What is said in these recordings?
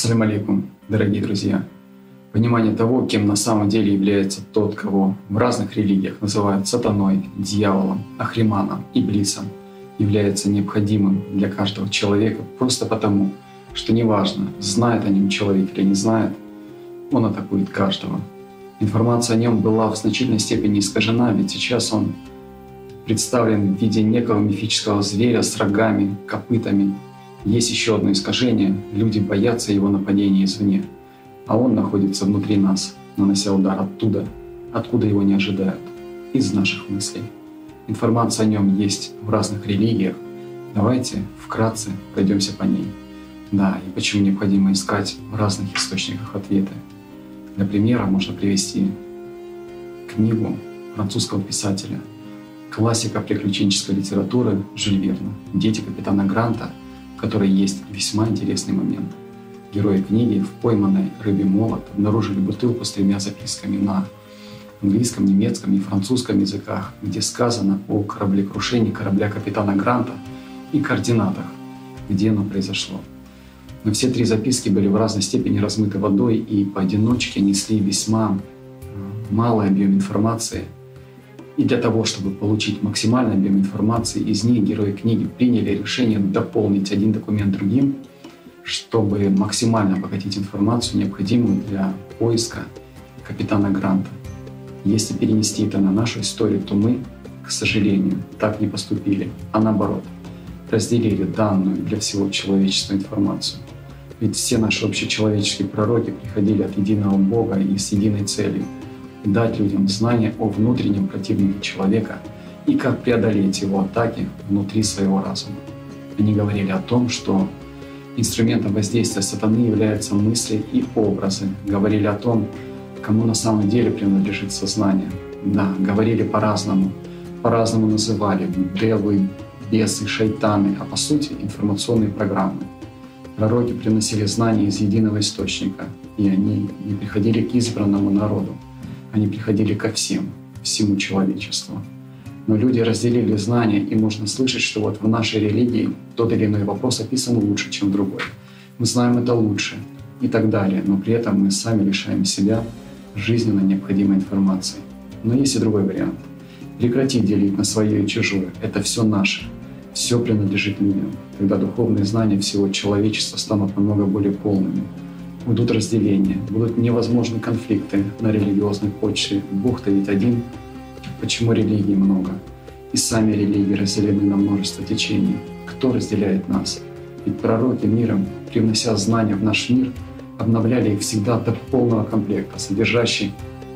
Ассаляму алейкум, дорогие друзья. Понимание того, кем на самом деле является тот, кого в разных религиях называют сатаной, дьяволом, ахриманом, иблисом, является необходимым для каждого человека просто потому, что неважно, знает о нем человек или не знает, он атакует каждого. Информация о нем была в значительной степени искажена, ведь сейчас он представлен в виде некого мифического зверя с рогами, копытами. Есть еще одно искажение — люди боятся его нападения извне, а он находится внутри нас, нанося удар оттуда, откуда его не ожидают, из наших мыслей. Информация о нем есть в разных религиях. Давайте вкратце пройдемся по ней. Да, и почему необходимо искать в разных источниках ответы. Для примера можно привести книгу французского писателя, классика приключенческой литературы Жюль Верна «Дети капитана Гранта», в которой есть весьма интересный момент. Герои книги в пойманной рыбе молот обнаружили бутылку с 3 записками на английском, немецком и французском языках, где сказано о кораблекрушении корабля капитана Гранта и координатах, где оно произошло. Но все 3 записки были в разной степени размыты водой и поодиночке несли весьма малый объем информации. И для того, чтобы получить максимальный объем информации, из них герои книги приняли решение дополнить один документ другим, чтобы максимально обогатить информацию, необходимую для поиска капитана Гранта. Если перенести это на нашу историю, то мы, к сожалению, так не поступили, а наоборот, разделили данную для всего человечества информацию. Ведь все наши общечеловеческие пророки приходили от единого Бога и с единой целью — дать людям знания о внутреннем противнике человека и как преодолеть его атаки внутри своего разума. Они говорили о том, что инструментом воздействия сатаны являются мысли и образы. Говорили о том, кому на самом деле принадлежит сознание. Да, говорили по-разному называли девы, бесы, шайтаны, а по сути информационные программы. Пророки приносили знания из единого источника, и они не приходили к избранному народу, они приходили ко всему человечеству. Но люди разделили знания, и можно слышать, что вот в нашей религии тот или иной вопрос описан лучше, чем другой. Мы знаем это лучше и так далее, но при этом мы сами лишаем себя жизненно необходимой информации. Но есть и другой вариант. Прекратить делить на свое и чужое. Это все наше, все принадлежит людям. Тогда духовные знания всего человечества станут намного более полными. Будут разделения, будут невозможны конфликты на религиозной почве. Бог-то ведь один. Почему религий много? И сами религии разделены на множество течений. Кто разделяет нас? Ведь пророки миром, привнося знания в наш мир, обновляли их всегда до полного комплекта, содержащий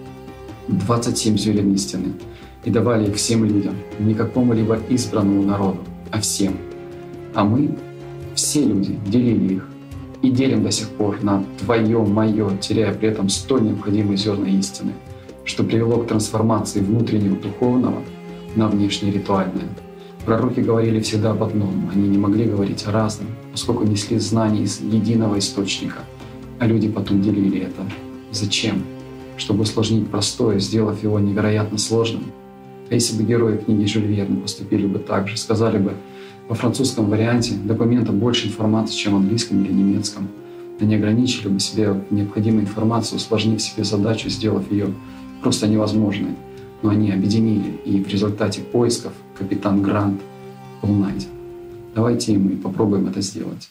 27 зерен истины, и давали их всем людям, не какому-либо избранному народу, а всем. А мы, все люди, делили их и делим до сих пор на твое, мое, теряя при этом столь необходимые зерна истины, что привело к трансформации внутреннего духовного на внешнее ритуальное. Пророки говорили всегда об одном, они не могли говорить о разном, поскольку несли знания из единого источника, а люди потом делили это. Зачем? Чтобы усложнить простое, сделав его невероятно сложным. А если бы герои книги Жюль Верна поступили бы так же, сказали бы: во французском варианте документа больше информации, чем в английском или немецком, они ограничили бы себе необходимую информацию, усложнив себе задачу, сделав ее просто невозможной. Но они объединили, и в результате поисков капитан Грант был найден. Давайте и мы попробуем это сделать.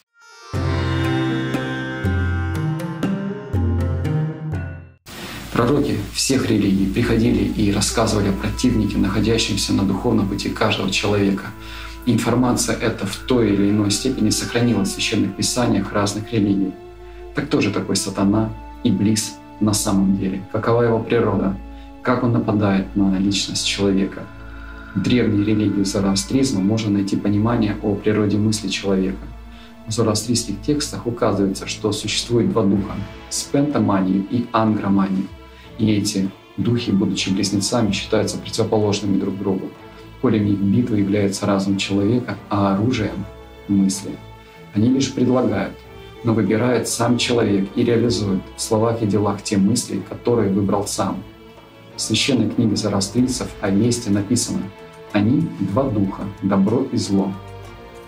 Пророки всех религий приходили и рассказывали о противнике, находящемся на духовном пути каждого человека. Информация эта в той или иной степени сохранилась в священных писаниях разных религий. Так кто же такой сатана, иблис на самом деле? Какова его природа? Как он нападает на личность человека? В древней религии зороастризма можно найти понимание о природе мысли человека. В зороастрийских текстах указывается, что существует 2 духа — спентоманию и ангроманию. И эти духи, будучи близнецами, считаются противоположными друг другу. Полем их битвы является разум человека, а оружием — мысли. Они лишь предлагают, но выбирает сам человек и реализует в словах и делах те мысли, которые выбрал сам. В священной книге зороастрийцев о Весте написано: «Они — 2 духа, добро и зло».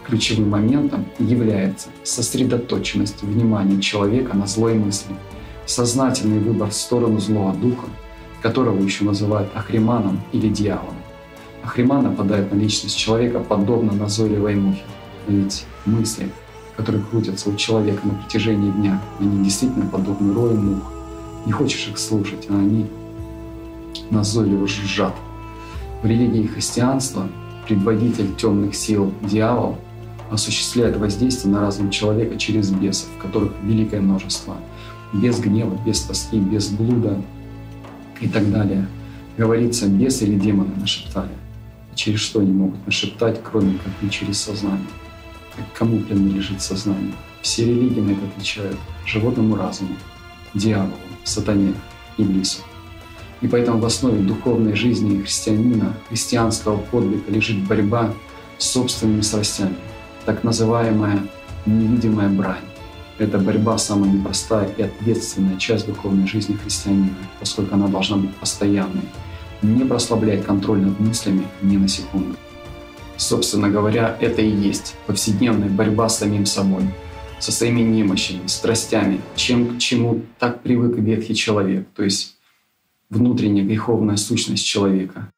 Ключевым моментом является сосредоточенность внимания человека на злой мысли, сознательный выбор в сторону злого духа, которого еще называют Ахриманом или дьяволом. Ахриман нападает на личность человека подобно назойливой мухе. Ведь мысли, которые крутятся у человека на протяжении дня, они действительно подобны рою мух. Не хочешь их слушать, а они назойливо жужжат. В религии христианства предводитель темных сил дьявол осуществляет воздействие на разум человека через бесов, которых великое множество. Без гнева, без тоски, без блуда и так далее. Говорится, бесы или демоны нашептали. Через что они могут нашептать, кроме как не через сознание? Кому принадлежит сознание? Все религии на это отвечают: животному разуму, дьяволу, сатане, иблису. И поэтому в основе духовной жизни христианина, христианского подвига лежит борьба с собственными страстями, так называемая невидимая брань. Эта борьба самая непростая и ответственная часть духовной жизни христианина, поскольку она должна быть постоянной, не прослаблять контроль над мыслями ни на секунду. Собственно говоря, это и есть повседневная борьба с самим собой, со своими немощами, страстями, к чему так привык ветхий человек, то есть внутренняя греховная сущность человека.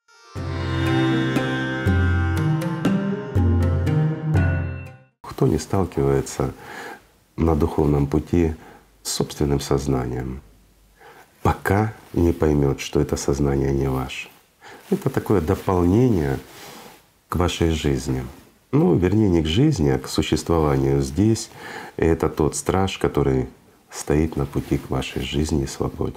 Кто не сталкивается на духовном пути с собственным сознанием, пока не поймет, что это сознание не ваше. Это такое дополнение к вашей жизни. Ну, вернее, не к жизни, а к существованию здесь. И это тот страж, который стоит на пути к вашей жизни и свободе.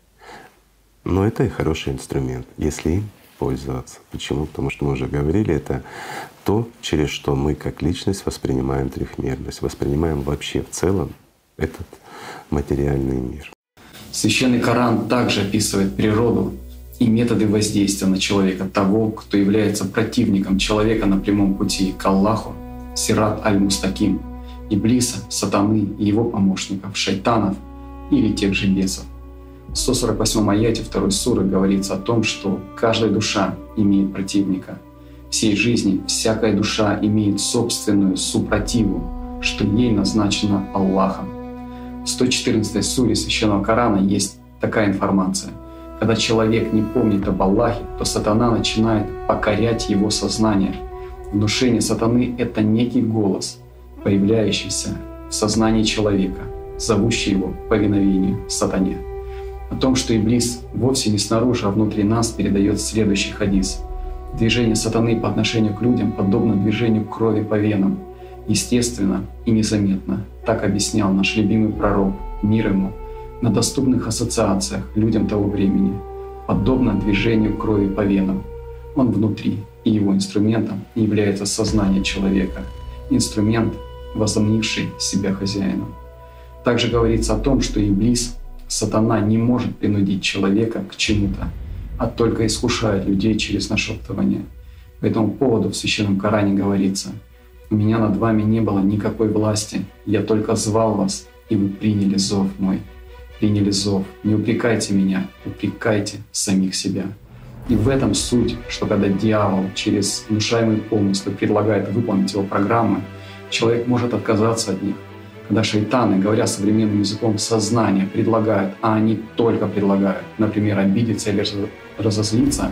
Но это и хороший инструмент, если им пользоваться. Почему? Потому что мы уже говорили, это то, через что мы как личность воспринимаем трехмерность, воспринимаем вообще в целом этот материальный мир. Священный Коран также описывает природу и методы воздействия на человека того, кто является противником человека на прямом пути к Аллаху, Сират аль-Мустаким, Иблиса, Сатаны и его помощников, шайтанов или тех же бесов. В 148 аяте 2 суры говорится о том, что каждая душа имеет противника. Всей жизни всякая душа имеет собственную супротиву, что ей назначено Аллахом. В 114 суре Священного Корана есть такая информация. Когда человек не помнит об Аллахе, то сатана начинает покорять его сознание. Внушение сатаны — это некий голос, появляющийся в сознании человека, зовущий его к повиновению сатане. О том, что Иблис вовсе не снаружи, а внутри нас, передает следующий хадис. Движение сатаны по отношению к людям подобно движению крови по венам, естественно и незаметно. Так объяснял наш любимый пророк, мир ему, на доступных ассоциациях людям того времени, подобно движению крови по венам. Он внутри, и его инструментом является сознание человека, инструмент, возомнивший себя хозяином. Также говорится о том, что Иблис, сатана, не может принудить человека к чему-то, а только искушает людей через нашептывание. По этому поводу в Священном Коране говорится: «У меня над вами не было никакой власти, я только звал вас, и вы приняли зов мой». Приняли зов. Не упрекайте меня, упрекайте самих себя. И в этом суть, что когда дьявол через внушаемые помыслы предлагает выполнить его программы, человек может отказаться от них. Когда шайтаны, говоря современным языком, сознание предлагают, а они только предлагают, например, обидеться или разозлиться,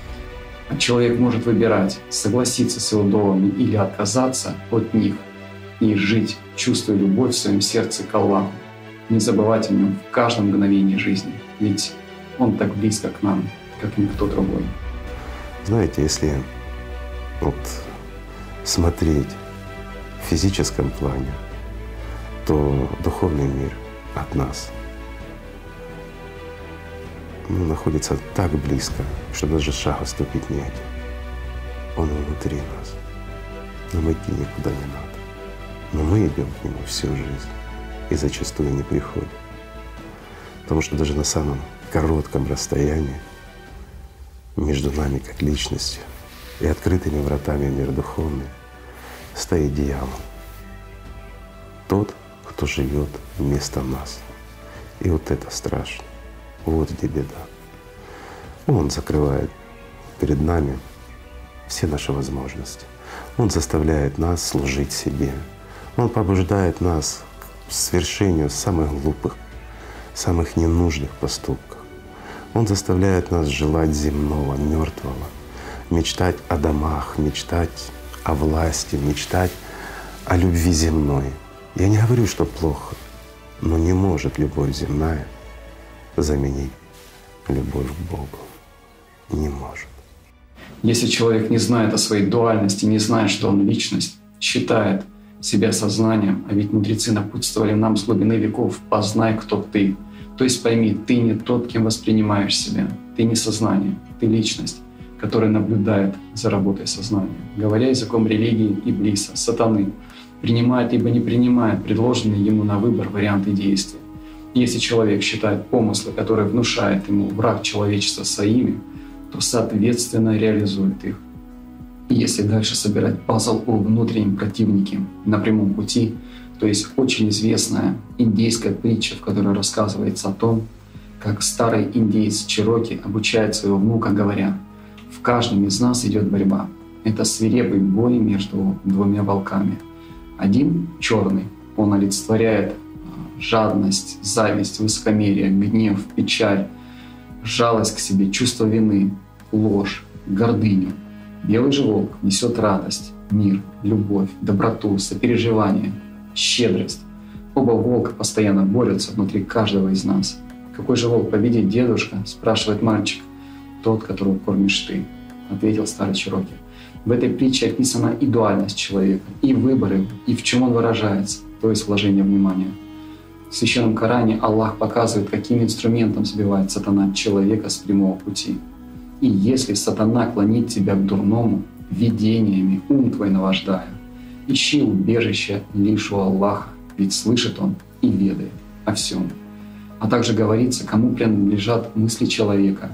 человек может выбирать, согласиться с его доводами или отказаться от них и жить, чувствуя любовь в своем сердце к Аллаху, не забывать о нем в каждом мгновении жизни, ведь он так близко к нам, как никто другой. Знаете, если вот смотреть в физическом плане, то духовный мир от нас находится так близко, что даже шага ступить негде. Он внутри нас. Нам идти никуда не надо. Но мы идем к нему всю жизнь и зачастую не приходим. Потому что даже на самом коротком расстоянии между нами как личностью и открытыми вратами в мир духовный стоит дьявол. Тот, кто живет вместо нас. И вот это страшно. Вот где беда. Он закрывает перед нами все наши возможности. Он заставляет нас служить себе. Он побуждает нас к совершению самых глупых, самых ненужных поступков. Он заставляет нас желать земного, мертвого, мечтать о домах, мечтать о власти, мечтать о любви земной. Я не говорю, что плохо, но не может любовь земная заменить любовь к Богу. Не может. Если человек не знает о своей дуальности, не знает, что он личность, считает себя сознанием, а ведь мудрецы напутствовали нам с глубины веков: «Познай, кто ты». То есть пойми, ты не тот, кем воспринимаешь себя. Ты не сознание, ты личность, которая наблюдает за работой сознания. Говоря языком религии Иблиса, сатаны, принимает либо не принимает предложенные ему на выбор варианты действий. Если человек считает помыслы, которые внушает ему враг человечества, своими, то соответственно реализует их. И если дальше собирать пазл о внутреннем противнике на прямом пути, то есть очень известная индейская притча, в которой рассказывается о том, как старый индеец Чероки обучает своего внука, говоря: «В каждом из нас идет борьба. Это свирепый бой между двумя волками. Один черный, он олицетворяет жадность, зависть, высокомерие, гнев, печаль, жалость к себе, чувство вины, ложь, гордыню. Белый же волк несет радость, мир, любовь, доброту, сопереживание, щедрость. Оба волка постоянно борются внутри каждого из нас. Какой же волк победит, дедушка?» — спрашивает мальчик. «Тот, которого кормишь ты», — ответил старый Чероки. В этой притче описана и дуальность человека, и выборы, и в чем он выражается, то есть вложение внимания. В Священном Коране Аллах показывает, каким инструментом сбивает сатана человека с прямого пути. И если сатана клонит тебя к дурному, видениями ум твой наваждая, ищи убежище лишь у Аллаха, ведь слышит Он и ведает о всем. А также говорится, кому принадлежат мысли человека.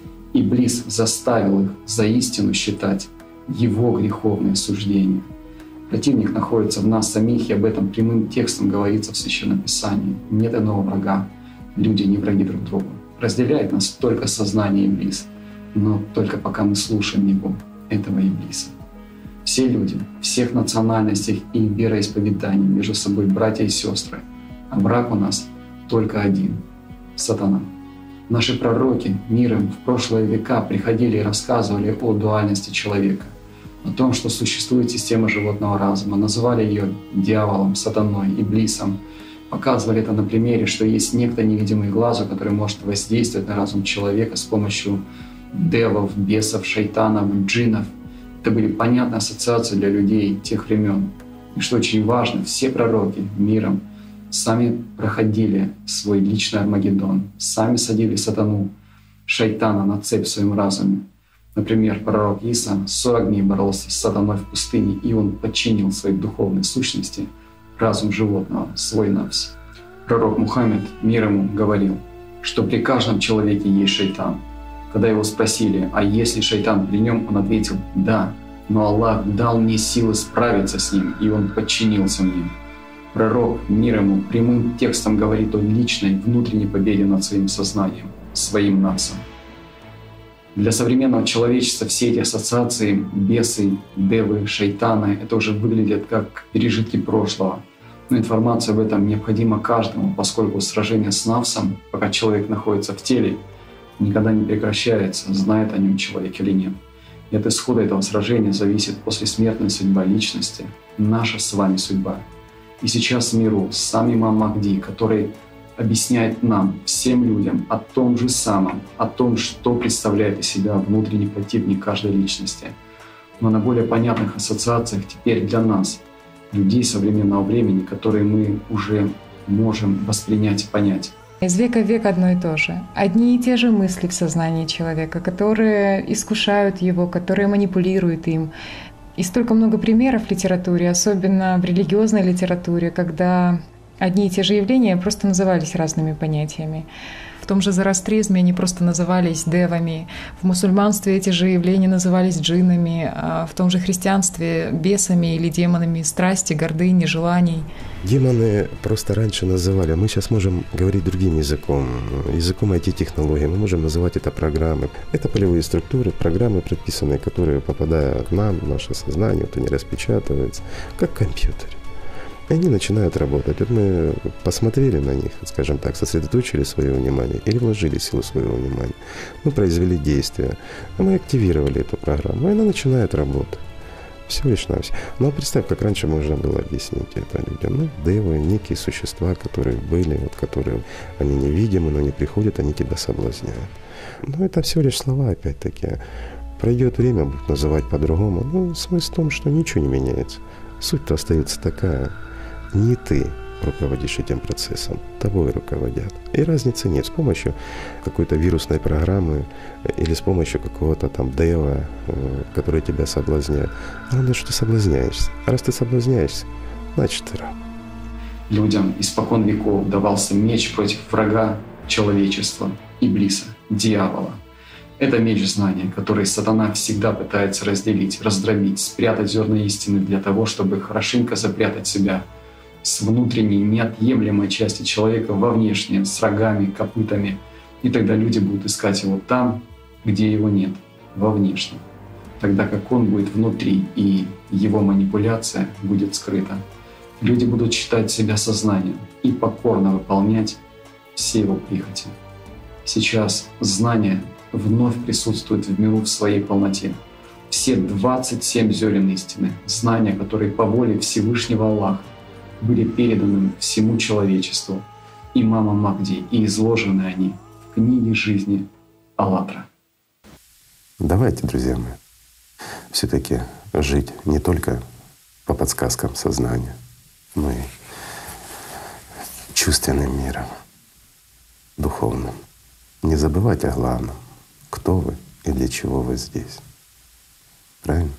Иблис заставил их за истину считать его греховные суждения. Противник находится в нас самих, и об этом прямым текстом говорится в Священном Писании. Нет иного врага. Люди не враги друг другу. Разделяет нас только сознание Иблиса, но только пока мы слушаем его, этого Иблиса. Все люди, всех национальностей и вероисповеданий между собой братья и сестры, а враг у нас только один — сатана. Наши пророки миром в прошлые века приходили и рассказывали о дуальности человека, о том, что существует система животного разума, называли ее дьяволом, сатаной, иблисом, показывали это на примере, что есть некто невидимый глазу, который может воздействовать на разум человека с помощью девов, бесов, шайтанов, джиннов. Это были понятные ассоциации для людей тех времен. И что очень важно, все пророки миром сами проходили свой личный Армагеддон, сами садили сатану, шайтана на цепь в своем разуме. Например, пророк Иса 40 дней боролся с сатаной в пустыне, и он подчинил своей духовной сущности разум животного, свой навс. Пророк Мухаммед, мир ему, говорил, что при каждом человеке есть шайтан. Когда его спросили, а есть ли шайтан при нем, он ответил: «Да, но Аллах дал мне силы справиться с ним, и он подчинился мне». Пророк, мир ему, прямым текстом говорит о личной внутренней победе над своим сознанием, своим навсом. Для современного человечества все эти ассоциации, бесы, девы, шайтаны, это уже выглядят как пережитки прошлого. Но информация об этом необходима каждому, поскольку сражение с навсом, пока человек находится в теле, никогда не прекращается, знает о нем человек или нет. И от исхода этого сражения зависит послесмертная судьба личности, наша с вами судьба. И сейчас в миру сам имам Махди, который объясняет нам, всем людям, о том же самом, о том, что представляет из себя внутренний противник каждой личности. Но на более понятных ассоциациях теперь для нас, людей современного времени, которые мы уже можем воспринять и понять. Из века в век одно и то же. Одни и те же мысли в сознании человека, которые искушают его, которые манипулируют им. И столько много примеров в литературе, особенно в религиозной литературе, когда одни и те же явления просто назывались разными понятиями. В том же зороастризме они просто назывались девами, в мусульманстве эти же явления назывались джиннами, а в том же христианстве — бесами или демонами страсти, гордыни, желаний. Демоны просто раньше называли, мы сейчас можем говорить другим языком, языком IT-технологий, мы можем называть это программы. Это полевые структуры, программы предписанные, которые, попадая к нам, в наше сознание, вот они распечатываются, как в компьютере. И они начинают работать. Вот мы посмотрели на них, скажем так, сосредоточили свое внимание или вложили силу своего внимания. Мы произвели действие, а мы активировали эту программу, и она начинает работать. Всего лишь навсего. Но представь, как раньше можно было объяснить это людям. Ну, девы, некие существа, которые были, вот, которые, они невидимы, но не приходят, они тебя соблазняют. Но это всего лишь слова, опять-таки. Пройдет время, будут называть по-другому. Ну, смысл в том, что ничего не меняется. Суть-то остается такая. Не ты руководишь этим процессом, тобой руководят. И разницы нет. С помощью какой-то вирусной программы или с помощью какого-то там дева, который тебя соблазняет. Главное, что ты соблазняешься. А раз ты соблазняешься, значит ты раб. Людям испокон веков давался меч против врага человечества, Иблиса, дьявола. Это меч знания, который сатана всегда пытается разделить, раздробить, спрятать зерна истины для того, чтобы хорошенько запрятать себя с внутренней неотъемлемой части человека во внешнее, с рогами, копытами. И тогда люди будут искать его там, где его нет, во внешнем. Тогда как он будет внутри, и его манипуляция будет скрыта. Люди будут считать себя сознанием и покорно выполнять все его прихоти. Сейчас знание вновь присутствует в миру в своей полноте. Все 27 зерен истины, знания, которые по воле Всевышнего Аллаха были переданы всему человечеству, имамом Махди, и изложены они в книге жизни «АЛЛАТРА». Давайте, друзья мои, все-таки жить не только по подсказкам сознания, но и чувственным миром, духовным. Не забывайте о главном. Кто вы и для чего вы здесь. Правильно?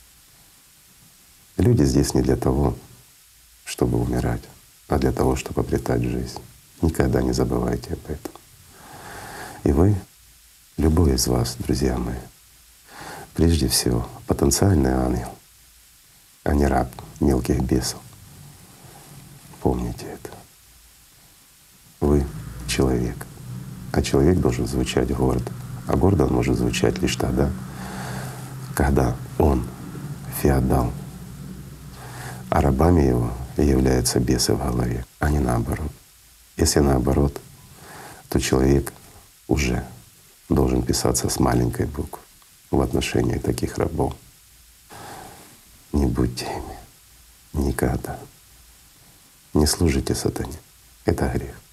Люди здесь не для того, чтобы умирать, а для того, чтобы обретать жизнь. Никогда не забывайте об этом. И вы, любой из вас, друзья мои, прежде всего потенциальный ангел, а не раб мелких бесов. Помните это. Вы человек, а человек должен звучать гордо. А гордо он может звучать лишь тогда, когда он феодал, а рабами его являются бесы в голове, а не наоборот. Если наоборот, то человек уже должен писаться с маленькой буквы в отношении таких рабов. Не будьте ими никогда. Не служите сатане. Это грех.